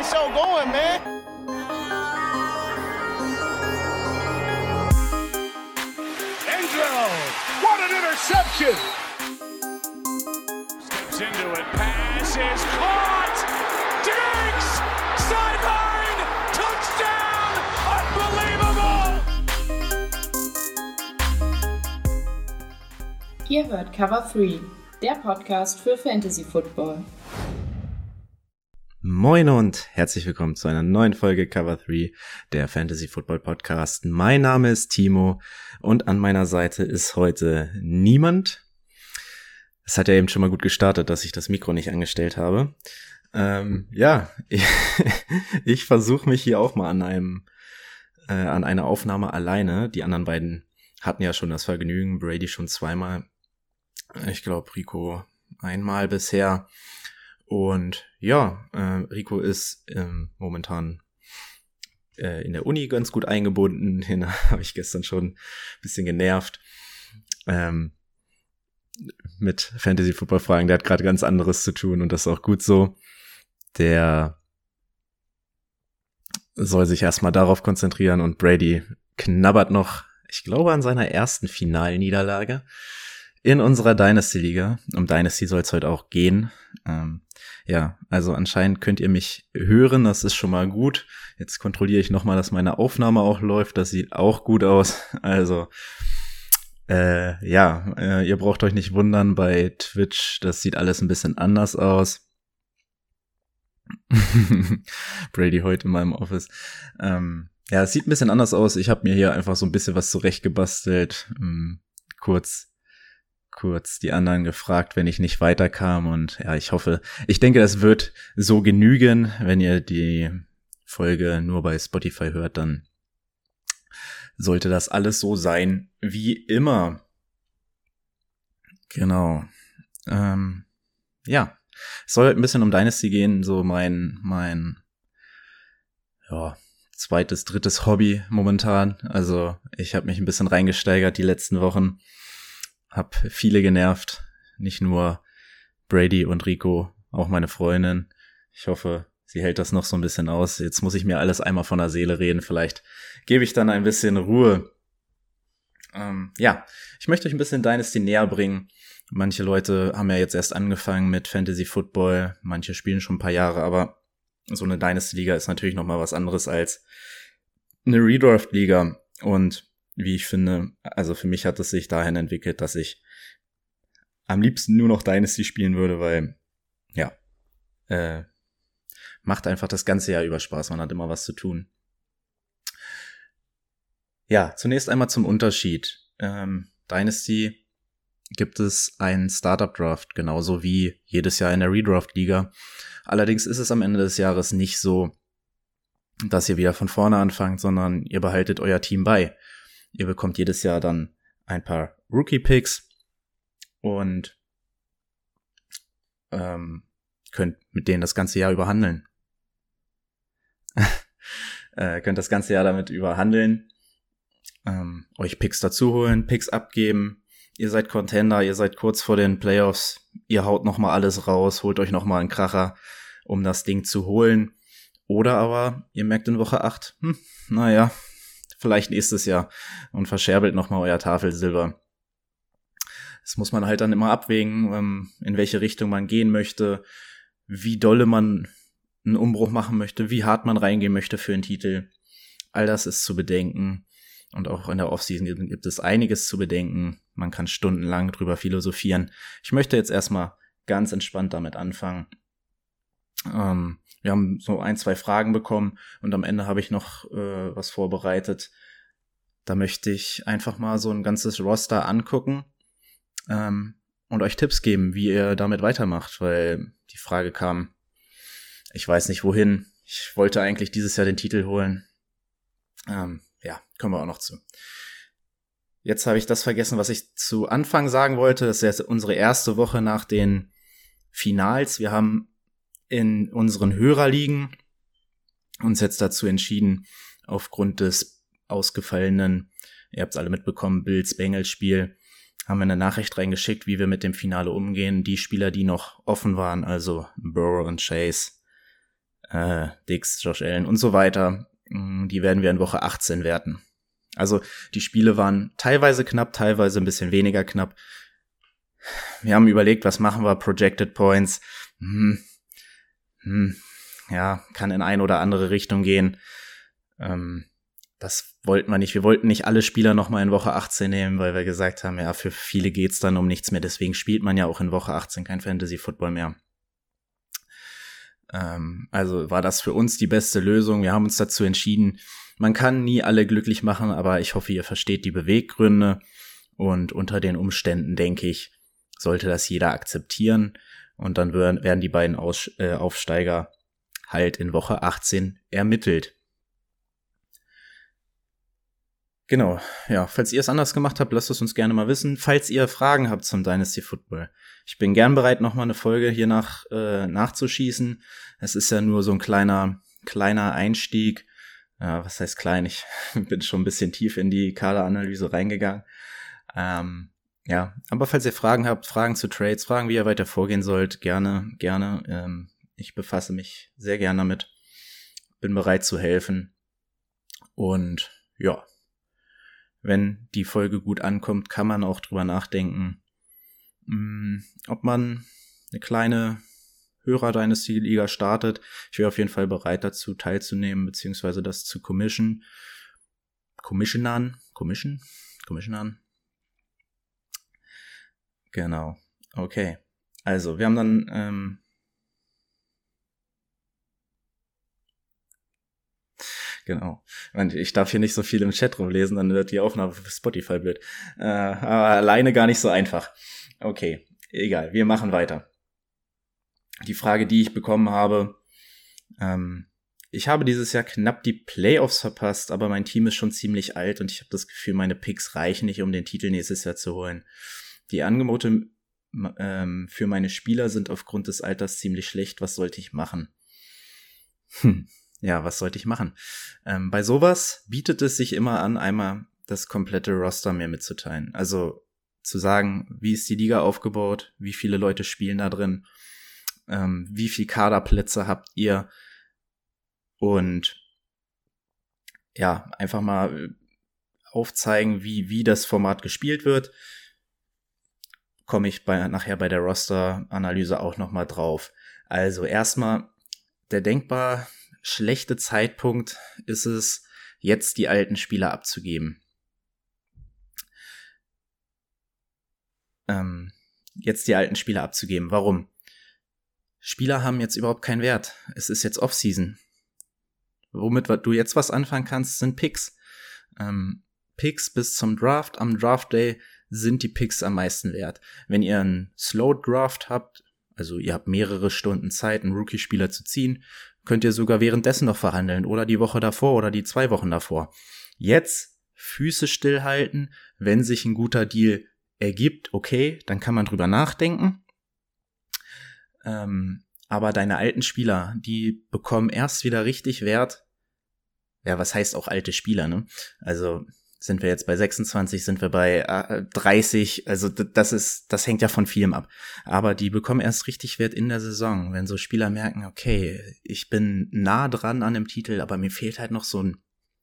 show going, man. Angelo, what an interception! Steps into it, pass is caught! Diggs! Sideline! Touchdown! Unbelievable! Ihr hört Cover 3, der Podcast für Fantasy Football. Moin und herzlich willkommen zu einer neuen Folge Cover 3, der Fantasy Football Podcast. Mein Name ist Timo und an meiner Seite ist heute niemand. Es hat ja eben schon mal gut gestartet, dass ich das Mikro nicht angestellt habe. Ich versuche mich hier auch mal an einer Aufnahme alleine. Die anderen beiden hatten ja schon das Vergnügen, Brady schon zweimal. Ich glaube, Rico einmal bisher. Und ja, Rico ist momentan in der Uni ganz gut eingebunden. Den habe ich gestern schon ein bisschen genervt mit Fantasy-Football-Fragen. Der hat gerade ganz anderes zu tun und das ist auch gut so. Der soll sich erstmal darauf konzentrieren und Brady knabbert noch, ich glaube, an seiner ersten Finalniederlage in unserer Dynasty-Liga. Um Dynasty soll es heute auch gehen. Also anscheinend könnt ihr mich hören, das ist schon mal gut. Jetzt kontrolliere ich nochmal, dass meine Aufnahme auch läuft, das sieht auch gut aus. Also, ihr braucht euch nicht wundern bei Twitch, das sieht alles ein bisschen anders aus. Brady heute in meinem Office. Es sieht ein bisschen anders aus. Ich habe mir hier einfach so ein bisschen was zurechtgebastelt. Kurz die anderen gefragt, wenn ich nicht weiterkam und ja, ich denke, das wird so genügen. Wenn ihr die Folge nur bei Spotify hört, dann sollte das alles so sein wie immer. Genau. Es soll ein bisschen um Dynasty gehen, so mein zweites, drittes Hobby momentan. Also ich habe mich ein bisschen reingesteigert die letzten Wochen. Hab viele genervt, nicht nur Brady und Rico, auch meine Freundin. Ich hoffe, sie hält das noch so ein bisschen aus. Jetzt muss ich mir alles einmal von der Seele reden. Vielleicht gebe ich dann ein bisschen Ruhe. Ich möchte euch ein bisschen Dynasty näher bringen. Manche Leute haben ja jetzt erst angefangen mit Fantasy Football. Manche spielen schon ein paar Jahre, aber so eine Dynasty-Liga ist natürlich nochmal was anderes als eine Redraft-Liga. Und wie ich finde, also für mich hat es sich dahin entwickelt, dass ich am liebsten nur noch Dynasty spielen würde, weil, macht einfach das ganze Jahr über Spaß, man hat immer was zu tun. Ja, zunächst einmal zum Unterschied. Dynasty gibt es einen Startup-Draft, genauso wie jedes Jahr in der Redraft-Liga. Allerdings ist es am Ende des Jahres nicht so, dass ihr wieder von vorne anfangt, sondern ihr behaltet euer Team bei. Ihr bekommt jedes Jahr dann ein paar Rookie-Picks und könnt mit denen das ganze Jahr überhandeln. Könnt das ganze Jahr damit überhandeln, euch Picks dazu holen, Picks abgeben. Ihr seid Contender, ihr seid kurz vor den Playoffs, ihr haut nochmal alles raus, holt euch nochmal einen Kracher, um das Ding zu holen. Oder aber ihr merkt in Woche 8, vielleicht nächstes Jahr und verscherbelt nochmal euer Tafelsilber. Das muss man halt dann immer abwägen, in welche Richtung man gehen möchte, wie dolle man einen Umbruch machen möchte, wie hart man reingehen möchte für einen Titel. All das ist zu bedenken und auch in der Offseason gibt es einiges zu bedenken. Man kann stundenlang drüber philosophieren. Ich möchte jetzt erstmal ganz entspannt damit anfangen. Wir haben so 1-2 Fragen bekommen und am Ende habe ich noch was vorbereitet. Da möchte ich einfach mal so ein ganzes Roster angucken und euch Tipps geben, wie ihr damit weitermacht, weil die Frage kam, ich weiß nicht wohin. Ich wollte eigentlich dieses Jahr den Titel holen. Kommen wir auch noch zu. Jetzt habe ich das vergessen, was ich zu Anfang sagen wollte. Das ist jetzt unsere erste Woche nach den Finals. Wir haben in unseren Hörerligen uns jetzt dazu entschieden, aufgrund des ausgefallenen, ihr habt es alle mitbekommen, Bills-Bengals-Spiel, haben wir eine Nachricht reingeschickt, wie wir mit dem Finale umgehen. Die Spieler, die noch offen waren, also Burrow und Chase, Dix, Josh Allen und so weiter, die werden wir in Woche 18 werten. Also die Spiele waren teilweise knapp, teilweise ein bisschen weniger knapp. Wir haben überlegt, was machen wir, Projected Points, ja, kann in eine oder andere Richtung gehen. Das wollten wir nicht. Wir wollten nicht alle Spieler nochmal in Woche 18 nehmen, weil wir gesagt haben, ja, für viele geht's dann um nichts mehr. Deswegen spielt man ja auch in Woche 18 kein Fantasy-Football mehr. Also war das für uns die beste Lösung. Wir haben uns dazu entschieden. Man kann nie alle glücklich machen, aber ich hoffe, ihr versteht die Beweggründe. Und unter den Umständen, denke ich, sollte das jeder akzeptieren. Und dann werden die beiden Aufsteiger halt in Woche 18 ermittelt. Genau, ja, falls ihr es anders gemacht habt, lasst es uns gerne mal wissen. Falls ihr Fragen habt zum Dynasty Football, ich bin gern bereit, nochmal eine Folge hier nachzuschießen. Es ist ja nur so ein kleiner Einstieg. Ja, was heißt klein? Ich bin schon ein bisschen tief in die Kaderanalyse reingegangen. Ja, aber falls ihr Fragen habt, Fragen zu Trades, Fragen, wie ihr weiter vorgehen sollt, gerne. Ich befasse mich sehr gern damit. Bin bereit zu helfen. Und ja, wenn die Folge gut ankommt, kann man auch drüber nachdenken, ob man eine kleine Hörer-Dynasty-Liga startet. Ich wäre auf jeden Fall bereit dazu, teilzunehmen, beziehungsweise das zu commissionen. Genau. Okay. Also, wir haben dann genau. Ich darf hier nicht so viel im Chat rumlesen, dann wird die Aufnahme für Spotify blöd. Aber alleine gar nicht so einfach. Okay, egal, wir machen weiter. Die Frage, die ich bekommen habe, ich habe dieses Jahr knapp die Playoffs verpasst, aber mein Team ist schon ziemlich alt und ich habe das Gefühl, meine Picks reichen nicht, um den Titel nächstes Jahr zu holen. Die Angebote für meine Spieler sind aufgrund des Alters ziemlich schlecht. Was sollte ich machen? Ja, was sollte ich machen? Bei sowas bietet es sich immer an, einmal das komplette Roster mir mitzuteilen. Also zu sagen, wie ist die Liga aufgebaut, wie viele Leute spielen da drin, wie viele Kaderplätze habt ihr und ja, einfach mal aufzeigen, wie das Format gespielt wird. Komme ich nachher bei der Roster-Analyse auch nochmal drauf. Also erstmal, der denkbar schlechte Zeitpunkt ist es, jetzt die alten Spieler abzugeben. Warum? Spieler haben jetzt überhaupt keinen Wert. Es ist jetzt Offseason. Womit du jetzt was anfangen kannst, sind Picks. Picks bis zum Draft. Am Draft Day sind die Picks am meisten wert. Wenn ihr einen Slow Draft habt, also ihr habt mehrere Stunden Zeit, einen Rookie-Spieler zu ziehen, könnt ihr sogar währenddessen noch verhandeln oder die Woche davor oder die 2 Wochen davor. Jetzt Füße stillhalten, wenn sich ein guter Deal ergibt, okay, dann kann man drüber nachdenken. Aber deine alten Spieler, die bekommen erst wieder richtig Wert. Ja, was heißt auch alte Spieler, ne? Also sind wir jetzt bei 26, sind wir bei 30, also das hängt ja von vielem ab. Aber die bekommen erst richtig Wert in der Saison, wenn so Spieler merken, okay, ich bin nah dran an dem Titel, aber mir fehlt halt noch so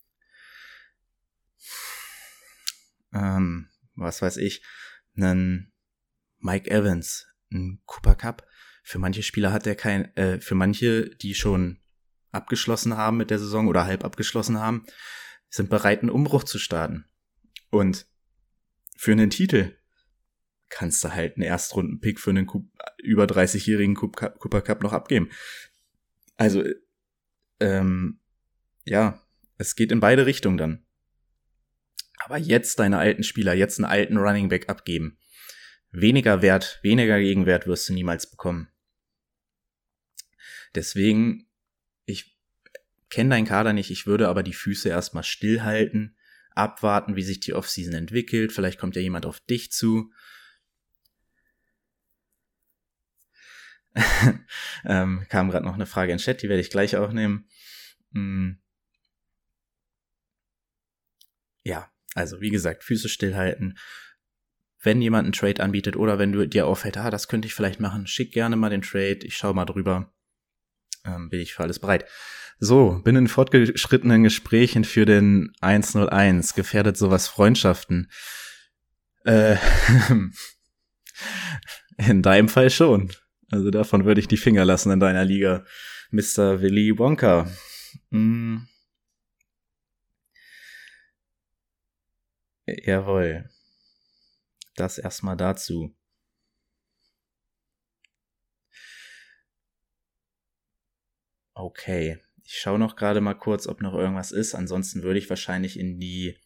ein, was weiß ich, einen Mike Evans, einen Cooper Kupp. Für manche Spieler hat er für manche, die schon abgeschlossen haben mit der Saison oder halb abgeschlossen haben, sind bereit, einen Umbruch zu starten. Und für einen Titel kannst du halt einen Erstrunden-Pick für einen über 30-jährigen Cooper Kupp noch abgeben. Also, ja, es geht in beide Richtungen dann. Aber jetzt deine alten Spieler, jetzt einen alten Running Back abgeben. Weniger Gegenwert wirst du niemals bekommen. Deswegen, ich kenne deinen Kader nicht, ich würde aber die Füße erstmal stillhalten, abwarten, wie sich die Offseason entwickelt, vielleicht kommt ja jemand auf dich zu. Kam gerade noch eine Frage in den Chat, die werde ich gleich auch nehmen. Ja, also wie gesagt, Füße stillhalten. Wenn jemand einen Trade anbietet oder wenn du dir auffällt, das könnte ich vielleicht machen, schick gerne mal den Trade, ich schau mal drüber. bin ich für alles bereit. So, bin in fortgeschrittenen Gesprächen für den 101. Gefährdet sowas Freundschaften? In deinem Fall schon. Also davon würde ich die Finger lassen in deiner Liga, Mr. Willy Wonka. Jawohl. Das erstmal dazu. Okay. Ich schaue noch gerade mal kurz, ob noch irgendwas ist. Ansonsten würde ich wahrscheinlich in die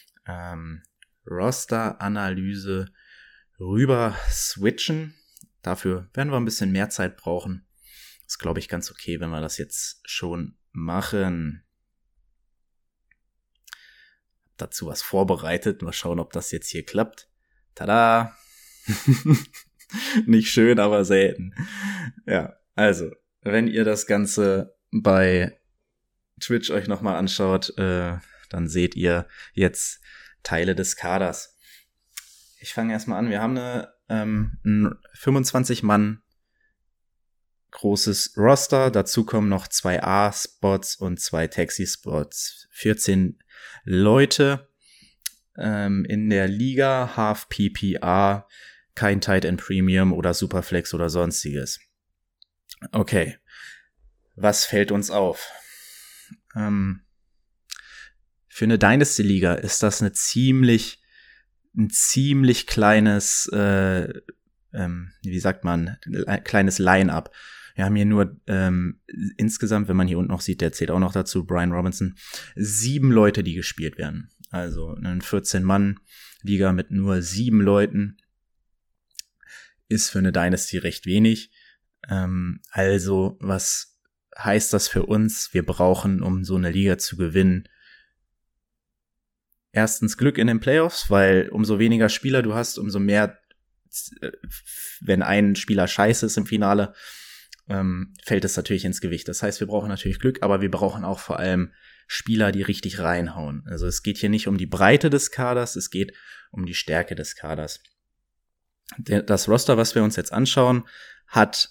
Roster-Analyse rüber switchen. Dafür werden wir ein bisschen mehr Zeit brauchen. Ist, glaube ich, ganz okay, wenn wir das jetzt schon machen. Hab dazu was vorbereitet. Mal schauen, ob das jetzt hier klappt. Tada! Nicht schön, aber selten. Ja, also, wenn ihr das Ganze bei Twitch euch nochmal anschaut, dann seht ihr jetzt Teile des Kaders. Ich fange erstmal an. Wir haben ein 25 Mann großes Roster. Dazu kommen noch 2 A-Spots und 2 Taxi-Spots. 14 Leute in der Liga, Half PPR, kein Tight End Premium oder Superflex oder sonstiges. Okay, was fällt uns auf? Für eine Dynasty-Liga ist das ein ziemlich kleines, kleines Line-Up. Wir haben hier nur insgesamt, wenn man hier unten noch sieht, der zählt auch noch dazu, Brian Robinson, 7 Leute, die gespielt werden. Also eine 14-Mann-Liga mit nur 7 Leuten ist für eine Dynasty recht wenig. Also, was heißt das für uns? Wir brauchen, um so eine Liga zu gewinnen, erstens Glück in den Playoffs, weil umso weniger Spieler du hast, umso mehr, wenn ein Spieler scheiße ist im Finale, fällt es natürlich ins Gewicht. Das heißt, wir brauchen natürlich Glück, aber wir brauchen auch vor allem Spieler, die richtig reinhauen. Also es geht hier nicht um die Breite des Kaders, es geht um die Stärke des Kaders. Das Roster, was wir uns jetzt anschauen, hat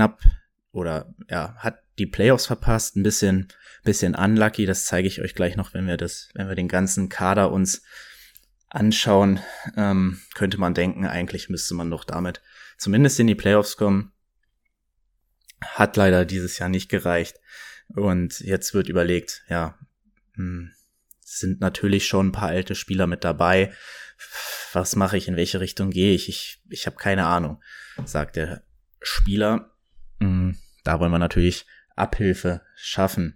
hat die Playoffs verpasst, ein bisschen unlucky, das zeige ich euch gleich noch, wenn wir den ganzen Kader uns anschauen, könnte man denken, eigentlich müsste man doch damit zumindest in die Playoffs kommen. Hat leider dieses Jahr nicht gereicht und jetzt wird überlegt, sind natürlich schon ein paar alte Spieler mit dabei. Was mache ich, in welche Richtung gehe ich? Ich habe keine Ahnung, sagt der Spieler. Da wollen wir natürlich Abhilfe schaffen.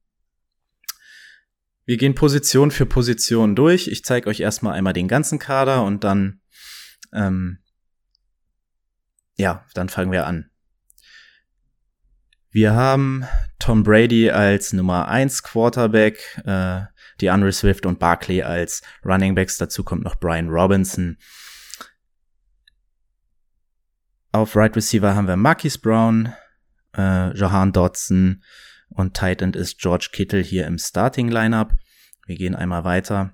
Wir gehen Position für Position durch. Ich zeige euch erstmal einmal den ganzen Kader und dann fangen wir an. Wir haben Tom Brady als Nummer 1 Quarterback, DeAndre Swift und Barkley als Running Backs. Dazu kommt noch Brian Robinson. Auf Right Receiver haben wir Marquise Brown, Jahan Dotson und Tight End ist George Kittle hier im Starting Lineup. Wir gehen einmal weiter.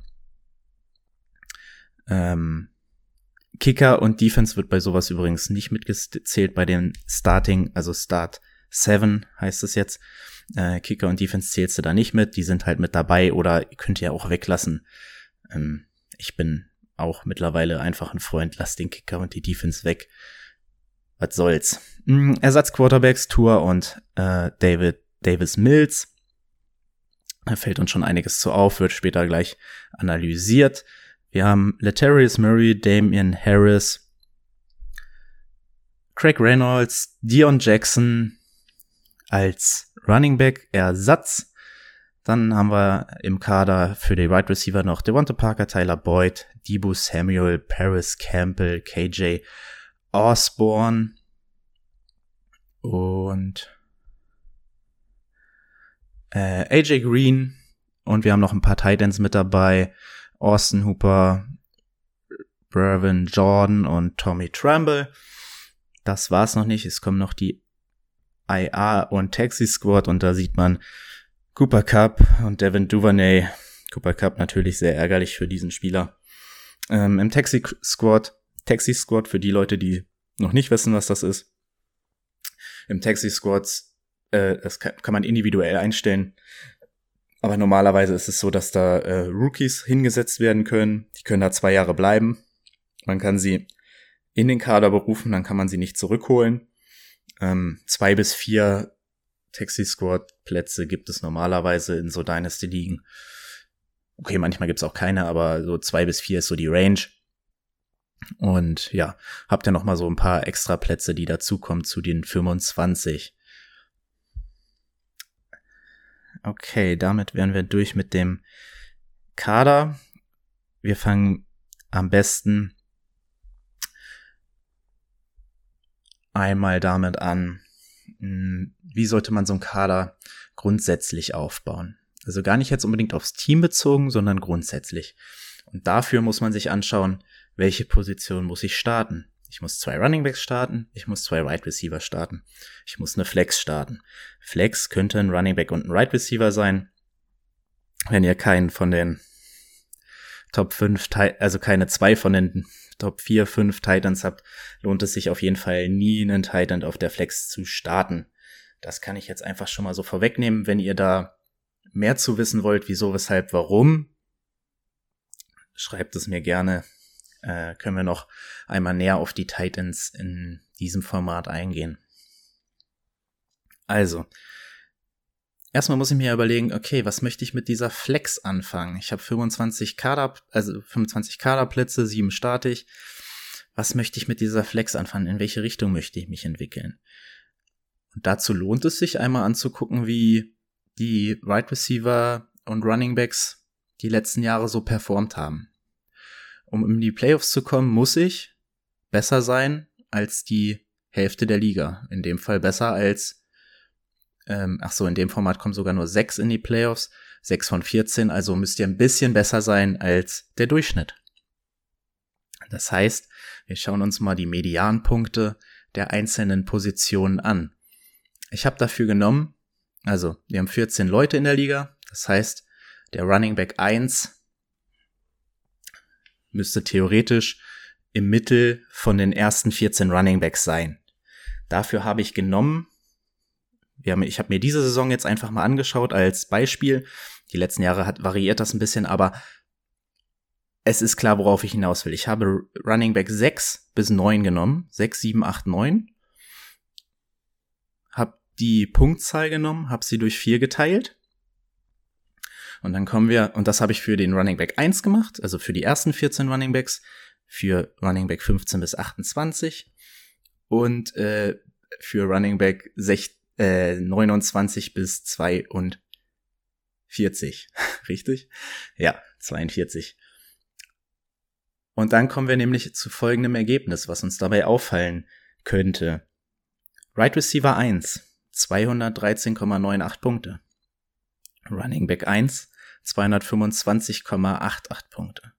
Kicker und Defense wird bei sowas übrigens nicht mitgezählt bei den Starting, also Start 7 heißt es jetzt. Kicker und Defense zählst du da nicht mit, die sind halt mit dabei oder ihr könnt ja auch weglassen. Ich bin auch mittlerweile einfach ein Freund, lass den Kicker und die Defense weg. Was soll's. Ersatzquarterbacks, Tua und Davis Mills. Da fällt uns schon einiges zu auf, wird später gleich analysiert. Wir haben Latavius Murray, Damian Harris, Craig Reynolds, Dion Jackson als Running Back Ersatz. Dann haben wir im Kader für die Wide Receiver noch Devonta Parker, Tyler Boyd, Deebo Samuel, Paris Campbell, KJ Osborne und AJ Green. Und wir haben noch ein paar Tight Ends mit dabei. Austin Hooper, Brevin Jordan und Tommy Tremble. Das war's noch nicht. Es kommen noch die IR und Taxi Squad und da sieht man Cooper Kupp und Devin Duvernay. Cooper Kupp natürlich sehr ärgerlich für diesen Spieler. Im Taxi Squad für die Leute, die noch nicht wissen, was das ist. Im Taxi Squad Das kann man individuell einstellen. Aber normalerweise ist es so, dass da Rookies hingesetzt werden können. Die können da 2 Jahre bleiben. Man kann sie in den Kader berufen, dann kann man sie nicht zurückholen. 2 bis 4 Taxi-Squad-Plätze gibt es normalerweise in so Dynasty-Ligen. Okay, manchmal gibt's auch keine, aber so 2 bis 4 ist so die Range. Und ja, habt ihr noch mal so ein paar extra Plätze, die dazukommen zu den 25. Okay, damit wären wir durch mit dem Kader. Wir fangen am besten einmal damit an, wie sollte man so einen Kader grundsätzlich aufbauen? Also gar nicht jetzt unbedingt aufs Team bezogen, sondern grundsätzlich. Und dafür muss man sich anschauen, welche Position muss ich starten. Ich muss 2 Runningbacks starten, ich muss 2 Wide Receiver starten, ich muss eine Flex starten. Flex könnte ein Runningback und ein Wide Receiver sein. Wenn ihr keinen von den Top 5, also keine 2 von den Top 4, 5 Titans habt, lohnt es sich auf jeden Fall nie, einen Titan auf der Flex zu starten. Das kann ich jetzt einfach schon mal so vorwegnehmen. Wenn ihr da mehr zu wissen wollt, wieso, weshalb, warum, schreibt es mir gerne. Können wir noch einmal näher auf die Titans in diesem Format eingehen. Also, erstmal muss ich mir überlegen, okay, was möchte ich mit dieser Flex anfangen? Ich habe 25 Kaderplätze, 7 starte ich. Was möchte ich mit dieser Flex anfangen? In welche Richtung möchte ich mich entwickeln? Und dazu lohnt es sich einmal anzugucken, wie die Wide Receiver und Running Backs die letzten Jahre so performt haben. Um in die Playoffs zu kommen, muss ich besser sein als die Hälfte der Liga. In dem Fall besser als, in dem Format kommen sogar nur 6 in die Playoffs, 6 von 14, also müsst ihr ein bisschen besser sein als der Durchschnitt. Das heißt, wir schauen uns mal die Medianpunkte der einzelnen Positionen an. Ich habe dafür genommen, also wir haben 14 Leute in der Liga, das heißt, der Running Back 1 müsste theoretisch im Mittel von den ersten 14 Running Backs sein. Dafür habe ich genommen, ich habe mir diese Saison jetzt einfach mal angeschaut als Beispiel. Die letzten Jahre variiert das ein bisschen, aber es ist klar, worauf ich hinaus will. Ich habe Running Back 6 bis 9 genommen. 6, 7, 8, 9. Habe die Punktzahl genommen, habe sie durch 4 geteilt. Und dann kommen wir, und das habe ich für den Running Back 1 gemacht, also für die ersten 14 Running Backs, für Running Back 15 bis 28 und für Running Back 29 bis 42. Richtig? Ja, 42. Und dann kommen wir nämlich zu folgendem Ergebnis, was uns dabei auffallen könnte. Right Receiver 1, 213,98 Punkte. Running Back 1, 225,88 Punkte.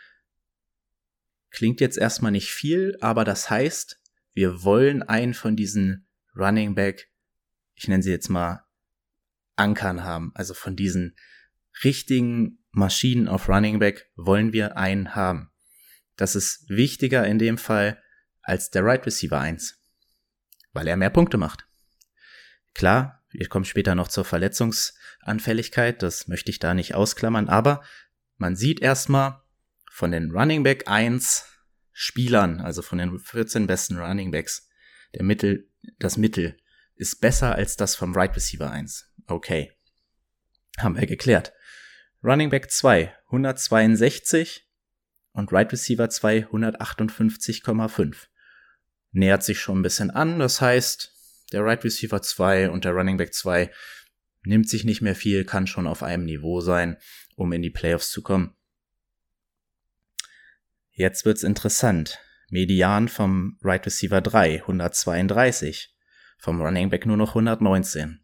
Klingt jetzt erstmal nicht viel, aber das heißt, wir wollen einen von diesen Running Back, ich nenne sie jetzt mal Ankern haben, also von diesen richtigen Maschinen auf Running Back wollen wir einen haben. Das ist wichtiger in dem Fall als der Right Receiver 1, weil er mehr Punkte macht. Klar, wir kommen später noch zur Verletzungsanfälligkeit, das möchte ich da nicht ausklammern, aber man sieht erstmal von den Running Back 1 Spielern, also von den 14 besten Running Backs, das Mittel ist besser als das vom Right Receiver 1. Okay, haben wir geklärt. Running Back 2, 162 und Right Receiver 2, 158,5. Nähert sich schon ein bisschen an, das heißt, der Right Receiver 2 und der Running Back 2 nimmt sich nicht mehr viel, kann schon auf einem Niveau sein, um in die Playoffs zu kommen. Jetzt wird's interessant. Median vom Right Receiver 3, 132. Vom Running Back nur noch 119.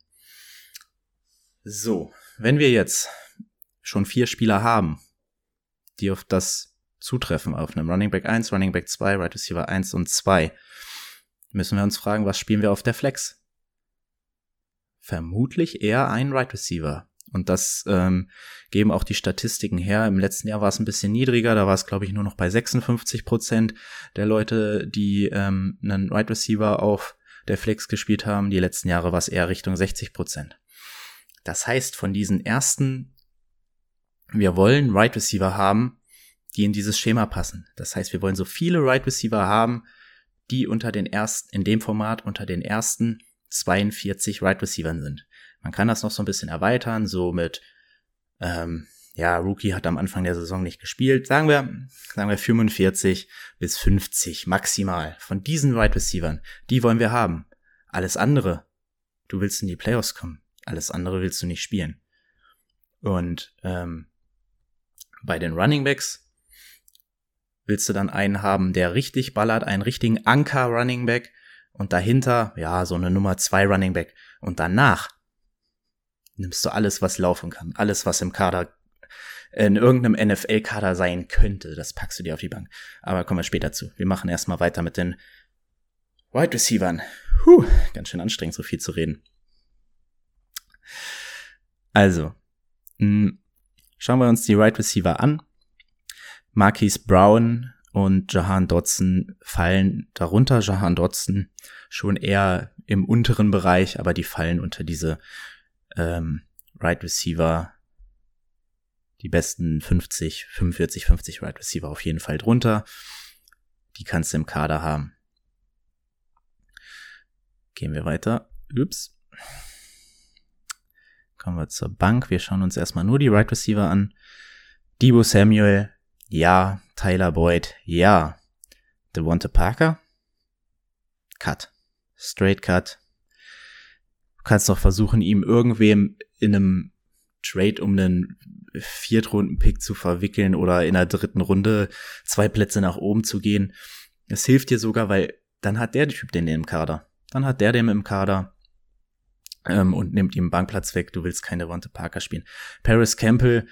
So, wenn wir jetzt schon 4 Spieler haben, die auf das zutreffen, auf einem Running Back 1, Running Back 2, Right Receiver 1 und 2, müssen wir uns fragen, was spielen wir auf der Flex? Vermutlich eher einen Right Receiver. Und das geben auch die Statistiken her. Im letzten Jahr war es ein bisschen niedriger, da war es, glaube ich, nur noch bei 56% der Leute, die einen Right Receiver auf der Flex gespielt haben. Die letzten Jahre war es eher Richtung 60%. Das heißt, von diesen ersten, wir wollen Wide Receiver haben, die in dieses Schema passen. Das heißt, wir wollen so viele Wide Receiver haben, die in dem Format unter den ersten 42 Wide Receivern sind. Man kann das noch so ein bisschen erweitern, so mit, Rookie hat am Anfang der Saison nicht gespielt. Sagen wir 45 bis 50 maximal. Von diesen Wide Receivern, die wollen wir haben. Alles andere, du willst in die Playoffs kommen. Alles andere willst du nicht spielen. Und bei den Running Backs willst du dann einen haben, der richtig ballert, einen richtigen Anker-Running Back und dahinter, so eine Nummer 2 Running Back. Und danach nimmst du alles, was laufen kann, alles, was im Kader, in irgendeinem NFL-Kader sein könnte, das packst du dir auf die Bank. Aber kommen wir später zu. Wir machen erstmal weiter mit den Wide Receivern. Ganz schön anstrengend, so viel zu reden. Also, schauen wir uns die Wide Receiver an. Marquise Brown und Jahan Dotson fallen darunter. Jahan Dotson schon eher im unteren Bereich, aber die fallen unter diese Wide Receiver, die besten 45, 50 Wide Receiver auf jeden Fall drunter. Die kannst du im Kader haben. Gehen wir weiter. Kommen wir zur Bank. Wir schauen uns erstmal nur die Wide Receiver an. Deebo Samuel, ja. Tyler Boyd, ja. Devonta Parker, Cut. Straight Cut. Du kannst doch versuchen, ihm irgendwem in einem Trade um einen Viertrunden-Pick zu verwickeln oder in der 3. Runde 2 Plätze nach oben zu gehen. Es hilft dir sogar, weil dann hat der Typ den im Kader. Und nimmt ihm Bankplatz weg. Du willst keine Devonta Parker spielen. Paris Campbell,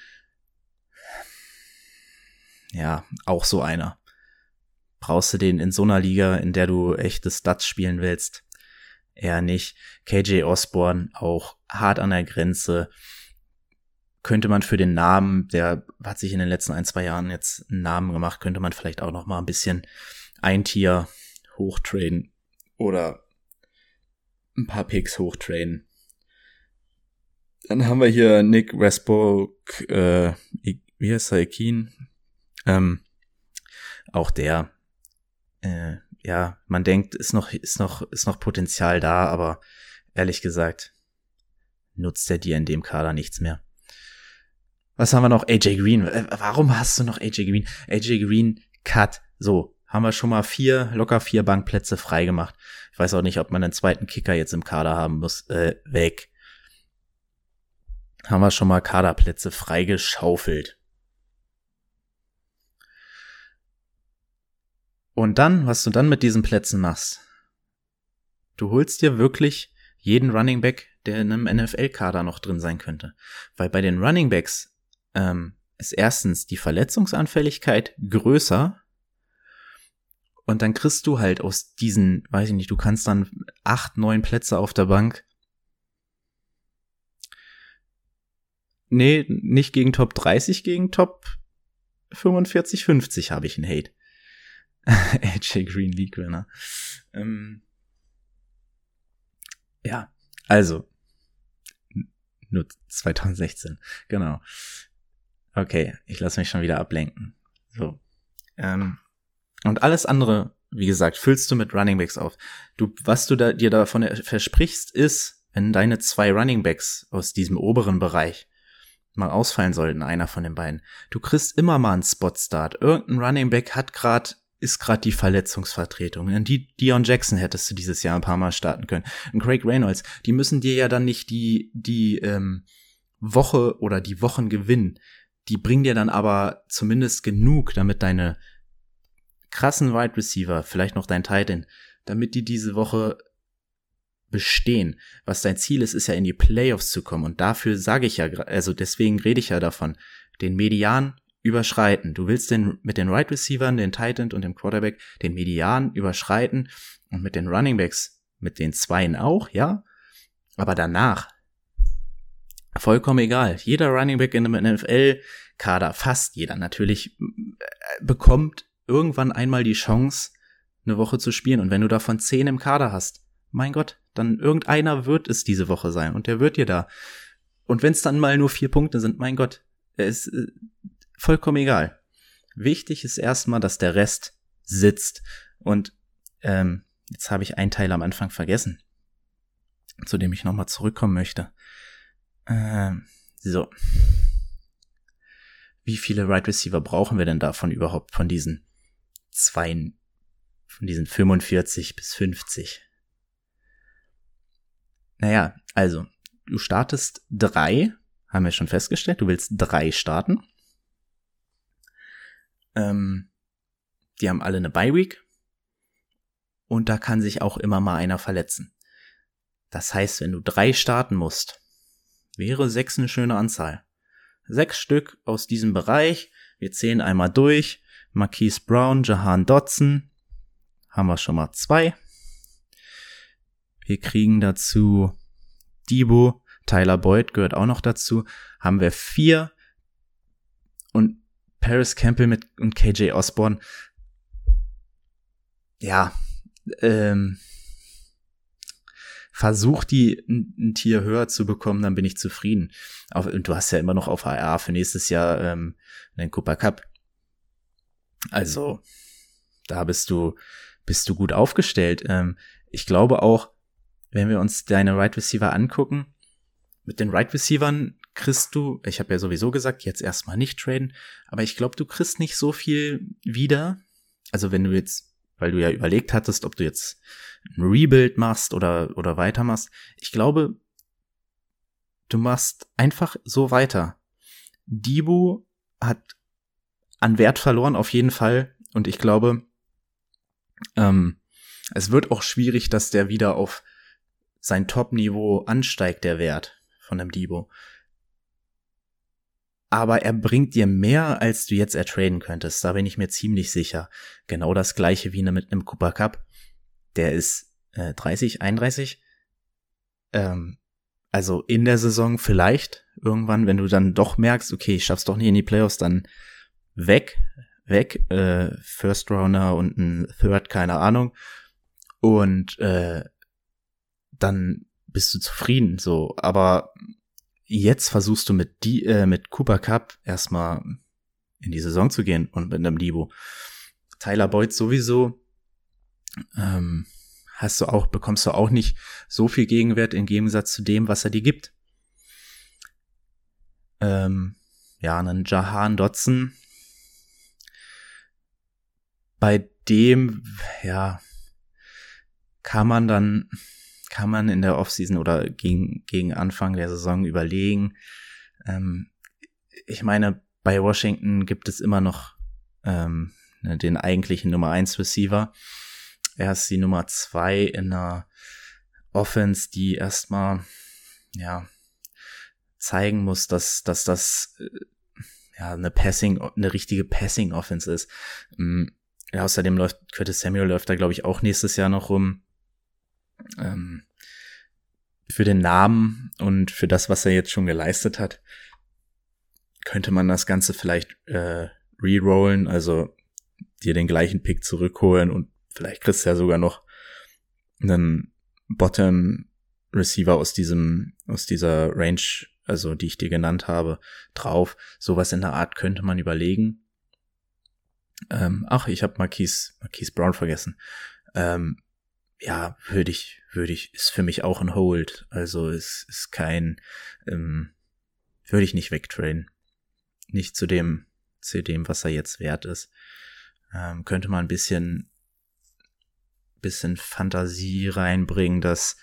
ja, auch so einer. Brauchst du den in so einer Liga, in der du echte Stats spielen willst? Eher nicht. KJ Osborne, auch hart an der Grenze. Könnte man für den Namen, der hat sich in den letzten 1-2 Jahren jetzt einen Namen gemacht, könnte man vielleicht auch noch mal ein bisschen ein Tier hochtraden oder ein paar Picks hochtraden. Dann haben wir hier Nick Westbrook, wie heißt er, Ekin? Auch der, man denkt, ist noch Potenzial da, aber ehrlich gesagt nutzt er dir in dem Kader nichts mehr. Was haben wir noch? AJ Green. Warum hast du noch AJ Green? AJ Green, Cut. So, haben wir schon mal locker 4 Bankplätze freigemacht. Ich weiß auch nicht, ob man einen zweiten Kicker jetzt im Kader haben muss. Weg. Haben wir schon mal Kaderplätze freigeschaufelt. Und dann, was du dann mit diesen Plätzen machst, du holst dir wirklich jeden Running Back, der in einem NFL-Kader noch drin sein könnte. Weil bei den Running Backs ist erstens die Verletzungsanfälligkeit größer und dann kriegst du halt aus diesen, weiß ich nicht, du kannst dann 8, 9 Plätze auf der Bank. Nee, nicht gegen Top 30, gegen Top 45, 50 habe ich einen Hate. AJ Green League Winner. Also nur 2016, genau. Okay, ich lasse mich schon wieder ablenken. So. Und alles andere, wie gesagt, füllst du mit Running Backs auf. Was du dir davon versprichst, ist, wenn deine 2 Running Backs aus diesem oberen Bereich mal ausfallen sollten, einer von den beiden, du kriegst immer mal einen Spot-Start. Irgendein Running Back ist gerade die Verletzungsvertretung. Und Deion Jackson hättest du dieses Jahr ein paar Mal starten können. Und Craig Reynolds, die müssen dir ja dann nicht die Woche oder die Wochen gewinnen. Die bringen dir dann aber zumindest genug, damit deine krassen Wide Receiver, vielleicht noch dein Tight End, damit die diese Woche bestehen. Was dein Ziel ist, ist ja in die Playoffs zu kommen. Und dafür sage ich ja, also deswegen rede ich ja davon, den Median überschreiten. Du willst mit den Wide Receivern, den Tight End und dem Quarterback den Median überschreiten und mit den Running Backs, mit den Zweien auch, ja. Aber danach vollkommen egal. Jeder Running Back in einem NFL-Kader, fast jeder natürlich, bekommt irgendwann einmal die Chance, eine Woche zu spielen. Und wenn du davon 10 im Kader hast, mein Gott, dann irgendeiner wird es diese Woche sein und der wird dir da. Und wenn es dann mal nur 4 Punkte sind, mein Gott, er ist vollkommen egal. Wichtig ist erstmal, dass der Rest sitzt. Und jetzt habe ich einen Teil am Anfang vergessen, zu dem ich nochmal zurückkommen möchte. So. Wie viele Wide Receiver brauchen wir denn davon überhaupt, von diesen 45 bis 50? Naja, also, du startest 3, haben wir schon festgestellt, du willst 3 starten. Die haben alle eine Bye-Week und da kann sich auch immer mal einer verletzen. Das heißt, wenn du 3 starten musst, wäre 6 eine schöne Anzahl. 6 Stück aus diesem Bereich, wir zählen einmal durch, Marquise Brown, Jahan Dotson, haben wir schon mal 2. Wir kriegen dazu Deebo, Tyler Boyd gehört auch noch dazu, haben wir 4 und Paris Campbell und KJ Osborne. Ja, versuch die ein Tier höher zu bekommen, dann bin ich zufrieden. Und du hast ja immer noch auf IR für nächstes Jahr den Cooper Cup. Also, da bist du gut aufgestellt. Ich glaube auch, wenn wir uns deine Wide Receiver angucken, mit den Wide Receivern kriegst du, ich habe ja sowieso gesagt, jetzt erstmal nicht traden, aber ich glaube, du kriegst nicht so viel wieder. Also wenn du jetzt, weil du ja überlegt hattest, ob du jetzt ein Rebuild machst oder weitermachst, ich glaube, du machst einfach so weiter. Deebo hat an Wert verloren, auf jeden Fall, und ich glaube, es wird auch schwierig, dass der wieder auf sein Top-Niveau ansteigt, der Wert von einem Deebo. Aber er bringt dir mehr, als du jetzt ertraden könntest. Da bin ich mir ziemlich sicher. Genau das gleiche wie mit einem Cooper Cup. Der ist 30, 31. Also in der Saison vielleicht irgendwann, wenn du dann doch merkst, okay, ich schaff's doch nicht in die Playoffs, dann weg. First Rounder und ein Third, keine Ahnung. Und dann bist du zufrieden, so. Aber jetzt versuchst du mit Cooper Cup erstmal in die Saison zu gehen und mit einem Deebo. Tyler Boyd sowieso bekommst du auch nicht so viel Gegenwert im Gegensatz zu dem, was er dir gibt. Einen Jahan Dotson, bei dem, ja, kann man in der Offseason oder gegen Anfang der Saison überlegen. Ich meine, bei Washington gibt es immer noch den eigentlichen Nummer 1 Receiver. Er ist die Nummer 2 in einer Offense, die erstmal zeigen muss, dass das eine richtige Passing Offense ist. Außerdem Curtis Samuel läuft da, glaube ich, auch nächstes Jahr noch rum. Für den Namen und für das, was er jetzt schon geleistet hat, könnte man das Ganze vielleicht rerollen, also dir den gleichen Pick zurückholen und vielleicht kriegst du ja sogar noch einen Bottom Receiver aus dieser Range, also die ich dir genannt habe, drauf. Sowas in der Art könnte man überlegen. Ich habe Marquise Brown vergessen. Würde ich, ist für mich auch ein Hold. Also es ist kein, würde ich nicht wegtraden. Nicht zu dem, was er jetzt wert ist. Könnte man ein bisschen Fantasie reinbringen, dass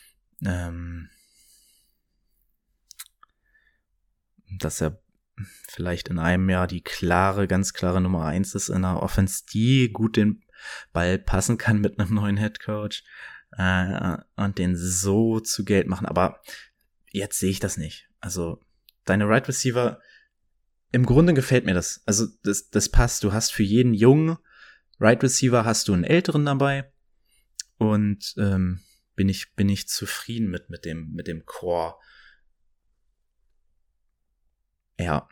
er vielleicht in einem Jahr die ganz klare Nummer 1 ist in einer Offense, die gut den Ball passen kann mit einem neuen Headcoach und den so zu Geld machen. Aber jetzt sehe ich das nicht. Also deine Right Receiver, im Grunde gefällt mir das. Also das passt. Du hast für jeden jungen Right Receiver hast du einen älteren dabei und bin ich zufrieden mit dem Core. Ja.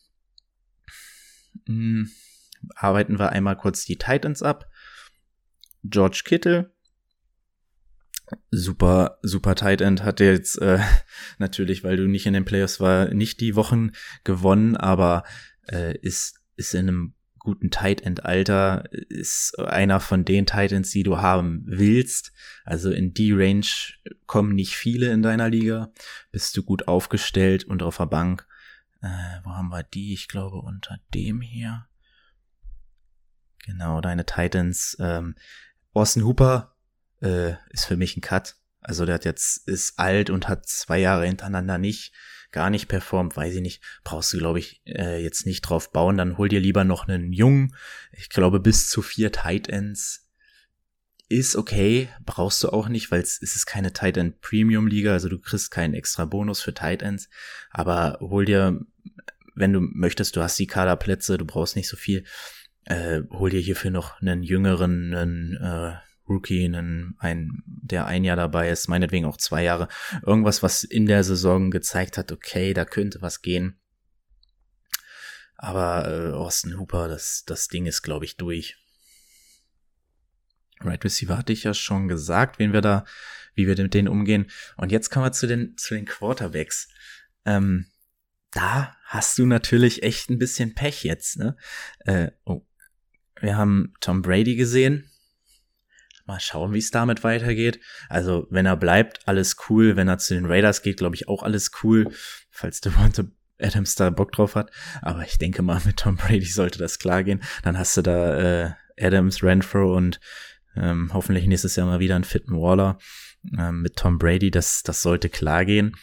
Arbeiten wir einmal kurz die Titans ab. George Kittle Super Tight End hat jetzt natürlich, weil du nicht in den Playoffs war, nicht die Wochen gewonnen, aber ist in einem guten Tight End Alter, ist einer von den Tight Ends, die du haben willst. Also in die Range kommen nicht viele in deiner Liga. Bist du gut aufgestellt und auf der Bank. Wo haben wir die? Ich glaube unter dem hier. Genau, deine Titans. Austin Hooper ist für mich ein Cut. Also der ist alt und hat 2 Jahre hintereinander gar nicht performt, weiß ich nicht. Brauchst du, glaube ich, jetzt nicht drauf bauen. Dann hol dir lieber noch einen Jungen. Ich glaube, bis zu 4 Tight Ends ist okay. Brauchst du auch nicht, weil es ist keine Tight End Premium Liga. Also du kriegst keinen extra Bonus für Tight Ends. Aber hol dir, wenn du möchtest, du hast die Kaderplätze, du brauchst nicht so viel, hol dir hierfür noch einen jüngeren, einen Rookie, der 1 Jahr dabei ist, meinetwegen auch 2 Jahre. Irgendwas, was in der Saison gezeigt hat, okay, da könnte was gehen. Aber Austin Hooper, das Ding ist, glaube ich, durch. Right Receiver hatte ich ja schon gesagt, wie wir mit denen umgehen. Und jetzt kommen wir zu den Quarterbacks. Da hast du natürlich echt ein bisschen Pech jetzt, ne? Wir haben Tom Brady gesehen. Mal schauen, wie es damit weitergeht. Also, wenn er bleibt, alles cool. Wenn er zu den Raiders geht, glaube ich, auch alles cool. Falls Devonta Adams da Bock drauf hat. Aber ich denke mal, mit Tom Brady sollte das klar gehen. Dann hast du da Adams, Renfro und hoffentlich nächstes Jahr mal wieder einen fitten Waller. Mit Tom Brady, das sollte klar gehen.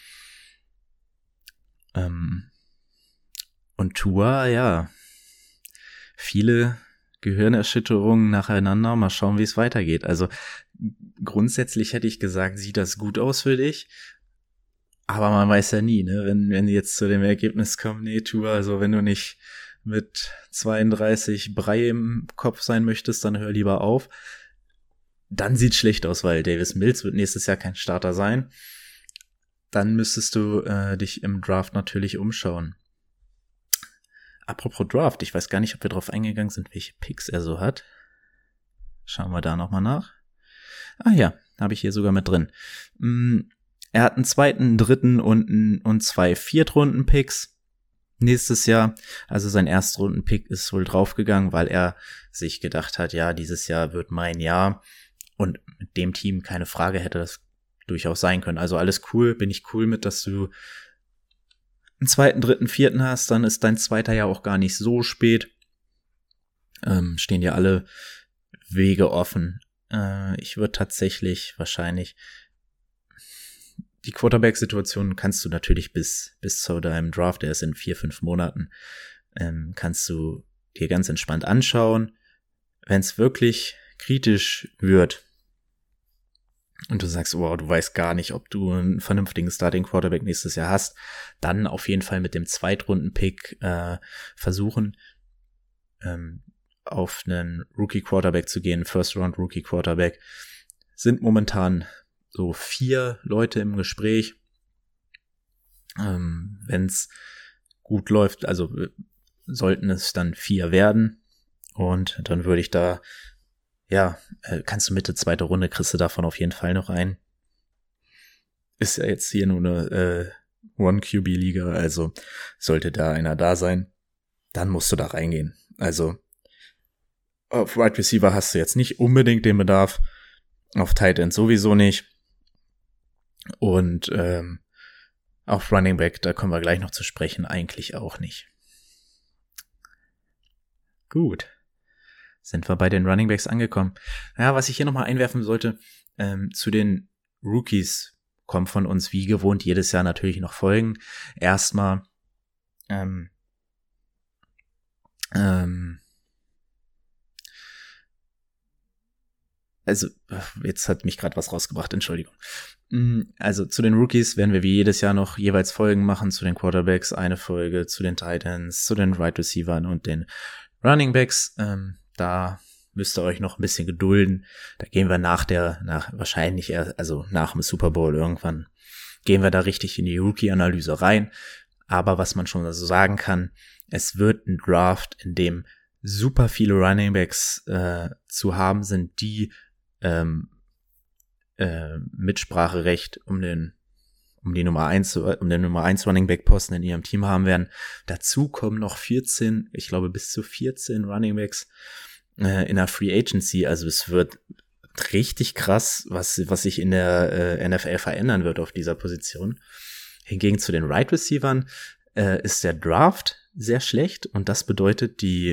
Und Tua, ja. Viele Gehirnerschütterungen nacheinander. Mal schauen, wie es weitergeht. Also grundsätzlich hätte ich gesagt, sieht das gut aus für dich. Aber man weiß ja nie, ne? Wenn die jetzt zu dem Ergebnis kommen, nee, Tua, also wenn du nicht mit 32 Brei im Kopf sein möchtest, dann hör lieber auf. Dann sieht schlecht aus, weil Davis Mills wird nächstes Jahr kein Starter sein. Dann müsstest du dich im Draft natürlich umschauen. Apropos Draft, ich weiß gar nicht, ob wir drauf eingegangen sind, welche Picks er so hat. Schauen wir da nochmal nach. Ah ja, habe ich hier sogar mit drin. Er hat einen 2., 3. und 2 Viertrunden-Picks nächstes Jahr. Also sein Erstrunden-Pick ist wohl draufgegangen, weil er sich gedacht hat, ja, dieses Jahr wird mein Jahr. Und mit dem Team, keine Frage, hätte das durchaus sein können. Also alles cool, bin ich cool mit, dass du einen 2., 3., 4. hast, dann ist dein 2. Jahr auch gar nicht so spät. Stehen dir alle Wege offen. Ich würde tatsächlich wahrscheinlich die Quarterback-Situation kannst du natürlich bis zu deinem Draft, der ist in 4-5 Monaten, kannst du dir ganz entspannt anschauen. Wenn es wirklich kritisch wird und du sagst, wow, du weißt gar nicht, ob du einen vernünftigen Starting Quarterback nächstes Jahr hast, dann auf jeden Fall mit dem Zweitrunden-Pick versuchen, auf einen Rookie-Quarterback zu gehen, First-Round-Rookie-Quarterback. Sind momentan so 4 Leute im Gespräch. Wenn es gut läuft, also sollten es dann 4 werden. Und dann würde ich da, ja, kannst du Mitte 2. Runde, kriegst du davon auf jeden Fall noch ein. Ist ja jetzt hier nur eine One-QB-Liga, also sollte da einer da sein, dann musst du da reingehen. Also auf Wide Receiver hast du jetzt nicht unbedingt den Bedarf, auf Tight End sowieso nicht. Und auf Running Back, da kommen wir gleich noch zu sprechen, eigentlich auch nicht. Gut. Sind wir bei den Running Backs angekommen. Ja, was ich hier nochmal einwerfen sollte, zu den Rookies kommt von uns wie gewohnt jedes Jahr natürlich noch Folgen. Erstmal also, jetzt hat mich gerade was rausgebracht, Entschuldigung. Also zu den Rookies werden wir wie jedes Jahr noch jeweils Folgen machen, zu den Quarterbacks eine Folge, zu den Tight Ends, zu den Wide Receivern und den Running Backs. Da müsst ihr euch noch ein bisschen gedulden. Da gehen wir wahrscheinlich erst, also nach dem Super Bowl irgendwann, gehen wir da richtig in die Rookie-Analyse rein. Aber was man schon so sagen kann, es wird ein Draft, in dem super viele Running Backs zu haben sind, die Mitspracherecht um den Nummer 1 Running Back Posten in ihrem Team haben werden. Dazu kommen noch 14, ich glaube bis zu 14 Running Backs in der Free Agency. Also es wird richtig krass, was sich in der NFL verändern wird auf dieser Position. Hingegen zu den Right Receivern ist der Draft sehr schlecht und das bedeutet die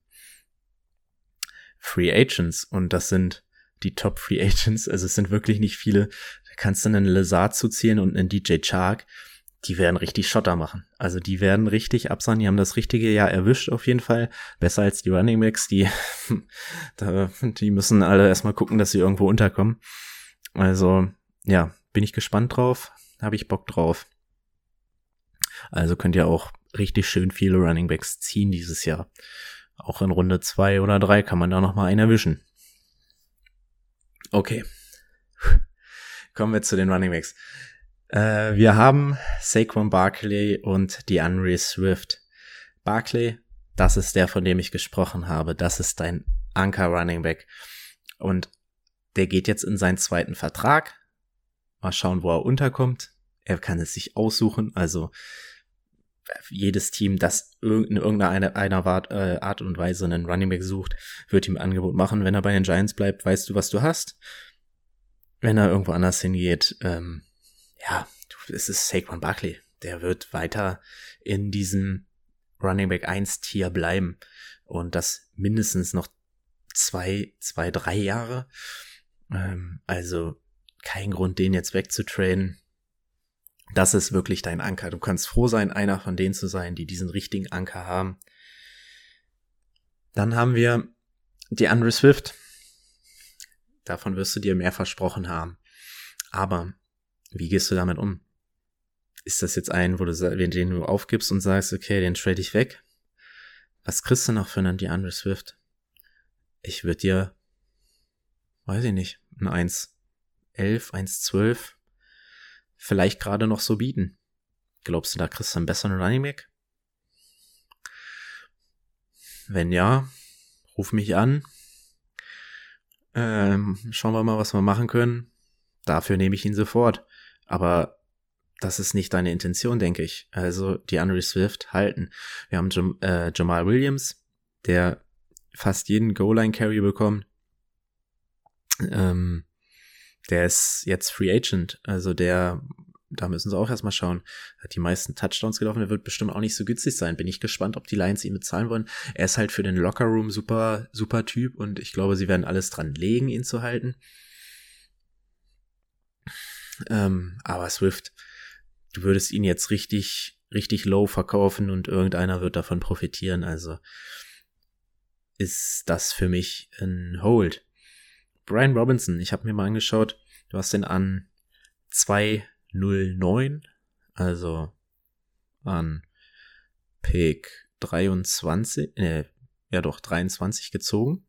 Free Agents, und das sind die Top Free Agents, also es sind wirklich nicht viele. Da kannst du einen Lazard zuzählen und einen DJ Chark, die werden richtig Schotter machen. Also die werden richtig absahen, die haben das richtige Jahr erwischt auf jeden Fall. Besser als die Running Backs, die müssen alle erstmal gucken, dass sie irgendwo unterkommen. Also ja, bin ich gespannt drauf, habe ich Bock drauf. Also könnt ihr auch richtig schön viele Running Backs ziehen dieses Jahr. Auch in Runde 2 oder 3 kann man da noch mal einen erwischen. Okay. Kommen wir zu den Running Backs. Wir haben Saquon Barkley und DeAndre Swift. Barkley, das ist der, von dem ich gesprochen habe. Das ist dein Anker-Running Back. Und der geht jetzt in seinen 2. Vertrag. Mal schauen, wo er unterkommt. Er kann es sich aussuchen. Also jedes Team, das in irgendeiner Art und Weise einen Running Back sucht, wird ihm ein Angebot machen. Wenn er bei den Giants bleibt, weißt du, was du hast. Wenn er irgendwo anders hingeht, es ist Saquon Barkley. Der wird weiter in diesem Running Back 1 Tier bleiben. Und das mindestens noch 3 Jahre. Also kein Grund, den jetzt wegzutraden. Das ist wirklich dein Anker. Du kannst froh sein, einer von denen zu sein, die diesen richtigen Anker haben. Dann haben wir DeAndre Swift. Davon wirst du dir mehr versprochen haben. Aber wie gehst du damit um? Ist das jetzt ein, den du aufgibst und sagst, okay, den trade ich weg? Was kriegst du noch für einen DeAndre Swift? Ich würde dir, weiß ich nicht, ein 1,11, 1,12 vielleicht gerade noch so bieten. Glaubst du, da kriegst du einen besseren Running Back? Wenn ja, ruf mich an. Schauen wir mal, was wir machen können. Dafür nehme ich ihn sofort. Aber das ist nicht deine Intention, denke ich. Also DeAndre Swift halten. Wir haben Jamal Williams, der fast jeden Goal-Line-Carry bekommt. Der ist jetzt Free Agent. Also da müssen sie auch erstmal schauen. Hat die meisten Touchdowns gelaufen. Der wird bestimmt auch nicht so günstig sein. Bin ich gespannt, ob die Lions ihn bezahlen wollen. Er ist halt für den Lockerroom super Typ und ich glaube, sie werden alles dran legen, ihn zu halten. Aber Swift, du würdest ihn jetzt richtig low verkaufen und irgendeiner wird davon profitieren. Also ist das für mich ein Hold. Brian Robinson, ich habe mir mal angeschaut, du hast den an 209, also an Pick 23 gezogen.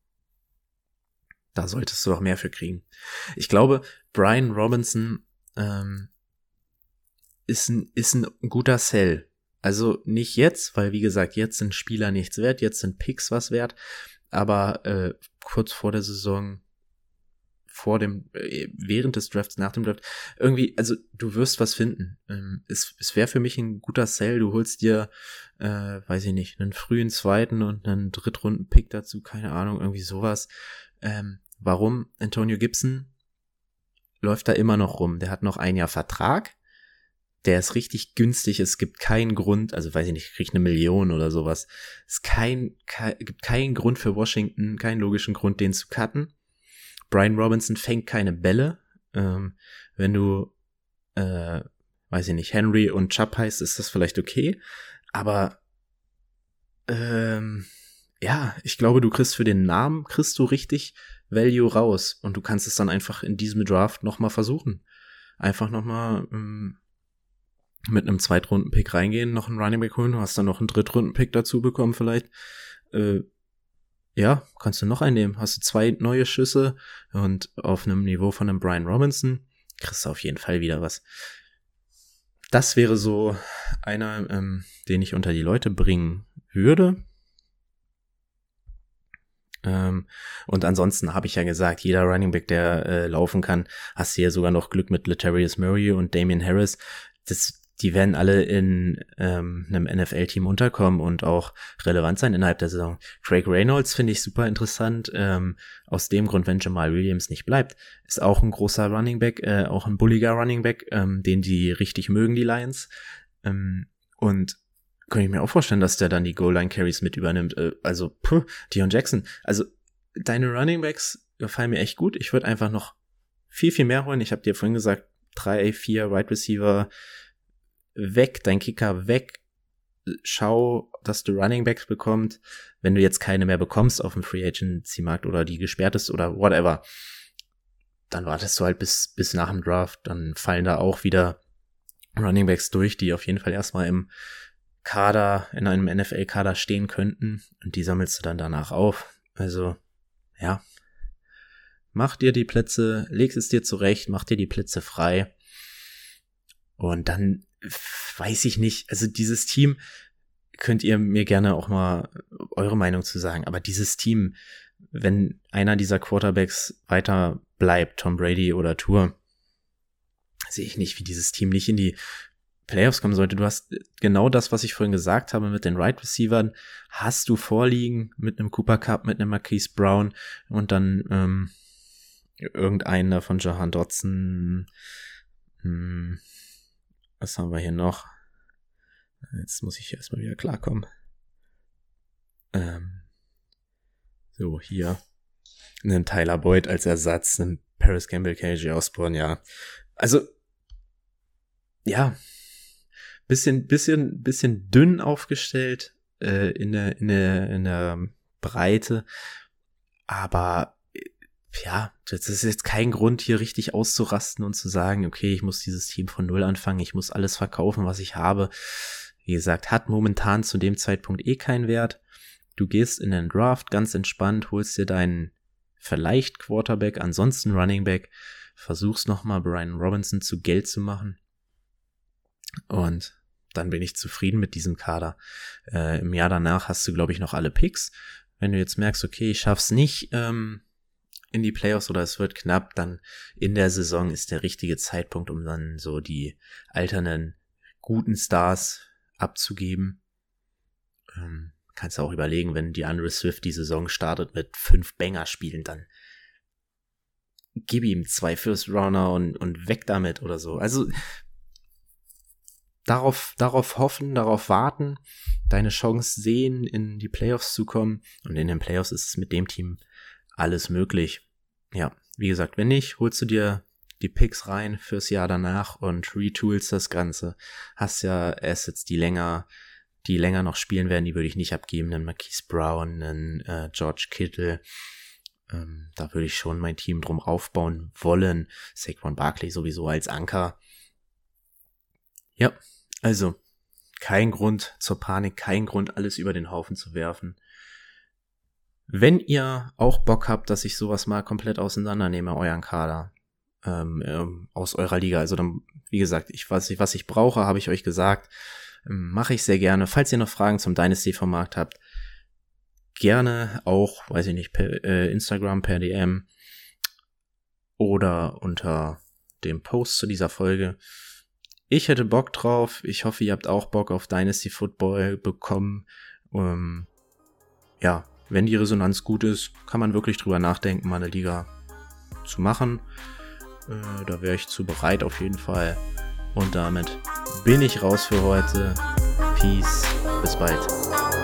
Da solltest du doch mehr für kriegen. Ich glaube, Brian Robinson ist ein guter Sell. Also nicht jetzt, weil wie gesagt, jetzt sind Spieler nichts wert, jetzt sind Picks was wert, aber kurz vor der Saison, während des Drafts, nach dem Draft, irgendwie, also du wirst was finden. Es wäre für mich ein guter Sell, du holst dir, weiß ich nicht, einen frühen 2. und einen Drittrunden-Pick dazu, keine Ahnung, irgendwie sowas. Warum? Antonio Gibson läuft da immer noch rum, der hat noch 1 Jahr Vertrag, der ist richtig günstig, es gibt keinen Grund, also weiß ich nicht, kriegt 1 Million oder sowas, es gibt keinen Grund für Washington, keinen logischen Grund, den zu cutten. Brian Robinson fängt keine Bälle. Wenn du, weiß ich nicht, Henry und Chubb heißt, ist das vielleicht okay. Aber ja, ich glaube, du kriegst für den Namen, richtig Value raus. Und du kannst es dann einfach in diesem Draft nochmal versuchen. Einfach nochmal mit einem Zweitrunden-Pick reingehen, noch einen Running Back holen. Du hast dann noch einen Drittrunden-Pick dazu bekommen vielleicht. Ja, kannst du noch einnehmen. Hast du 2 neue Schüsse und auf einem Niveau von einem Brian Robinson kriegst du auf jeden Fall wieder was. Das wäre so einer, den ich unter die Leute bringen würde. Und ansonsten habe ich ja gesagt, jeder Running Back, der laufen kann, hast du ja sogar noch Glück mit Latavius Murray und Damian Harris. Die werden alle in einem NFL-Team unterkommen und auch relevant sein innerhalb der Saison. Craig Reynolds finde ich super interessant, aus dem Grund, wenn Jamal Williams nicht bleibt, ist auch ein großer Running Back, auch ein bulliger Running Back, den die richtig mögen, die Lions. Und kann ich mir auch vorstellen, dass der dann die Goal-Line-Carries mit übernimmt. Deion Jackson. Also deine Running Backs gefallen mir echt gut. Ich würde einfach noch viel, viel mehr holen. Ich habe dir vorhin gesagt, 3, 4 Wide Receiver weg, dein Kicker weg. Schau, dass du Running Backs bekommst. Wenn du jetzt keine mehr bekommst auf dem Free Agency-Markt oder die gesperrt ist oder whatever, dann wartest du halt bis nach dem Draft. Dann fallen da auch wieder Running Backs durch, die auf jeden Fall erstmal im Kader, in einem NFL-Kader stehen könnten, und die sammelst du dann danach auf. Also, ja, mach dir die Plätze, legst es dir zurecht, mach dir die Plätze frei, und dann weiß ich nicht, also dieses Team, könnt ihr mir gerne auch mal eure Meinung zu sagen, aber dieses Team, wenn einer dieser Quarterbacks weiter bleibt, Tom Brady oder Tour, sehe ich nicht, wie dieses Team nicht in die Playoffs kommen sollte. Du hast genau das, was ich vorhin gesagt habe, mit den Right Receivern, hast du vorliegen, mit einem Cooper Kupp, mit einem Marquise Brown und dann irgendeinen davon, Jahan Dotson. Was haben wir hier noch? Jetzt muss ich erstmal wieder klarkommen. So, hier. Einen Tyler Boyd als Ersatz, einen Paris Campbell, KJ Osborne, ja. Also, ja. Bisschen dünn aufgestellt in der Breite, aber ja, das ist jetzt kein Grund, hier richtig auszurasten und zu sagen, okay, ich muss dieses Team von Null anfangen, ich muss alles verkaufen, was ich habe. Wie gesagt, hat momentan zu dem Zeitpunkt keinen Wert. Du gehst in den Draft ganz entspannt, holst dir deinen vielleicht Quarterback, ansonsten Running Back, versuchst nochmal Brian Robinson zu Geld zu machen. Und dann bin ich zufrieden mit diesem Kader. Im Jahr danach hast du, glaube ich, noch alle Picks. Wenn du jetzt merkst, okay, ich schaff's nicht in die Playoffs oder es wird knapp, dann in der Saison ist der richtige Zeitpunkt, um dann so die alternden guten Stars abzugeben. Kannst du auch überlegen, wenn DeAndre Swift die Saison startet mit 5 Banger-Spielen, dann gib ihm 2 First-Rounder und weg damit oder so. Also darauf hoffen, darauf warten, deine Chance sehen, in die Playoffs zu kommen. Und in den Playoffs ist es mit dem Team alles möglich. Ja, wie gesagt, wenn nicht, holst du dir die Picks rein fürs Jahr danach und retoolst das Ganze. Hast ja Assets, die länger noch spielen werden, die würde ich nicht abgeben. Einen Marquise Brown, einen George Kittle. Da würde ich schon mein Team drum aufbauen wollen. Saquon Barkley sowieso als Anker. Ja, also kein Grund zur Panik, kein Grund, alles über den Haufen zu werfen. Wenn ihr auch Bock habt, dass ich sowas mal komplett auseinandernehme, euren Kader aus eurer Liga, also dann, wie gesagt, was ich brauche, habe ich euch gesagt, mache ich sehr gerne. Falls ihr noch Fragen zum Dynasty-Format habt, gerne auch, weiß ich nicht, per Instagram, per DM oder unter dem Post zu dieser Folge. Ich hätte Bock drauf. Ich hoffe, ihr habt auch Bock auf Dynasty Football bekommen. Ja, wenn die Resonanz gut ist, kann man wirklich drüber nachdenken, mal eine Liga zu machen. Da wäre ich zu bereit auf jeden Fall. Und damit bin ich raus für heute. Peace. Bis bald.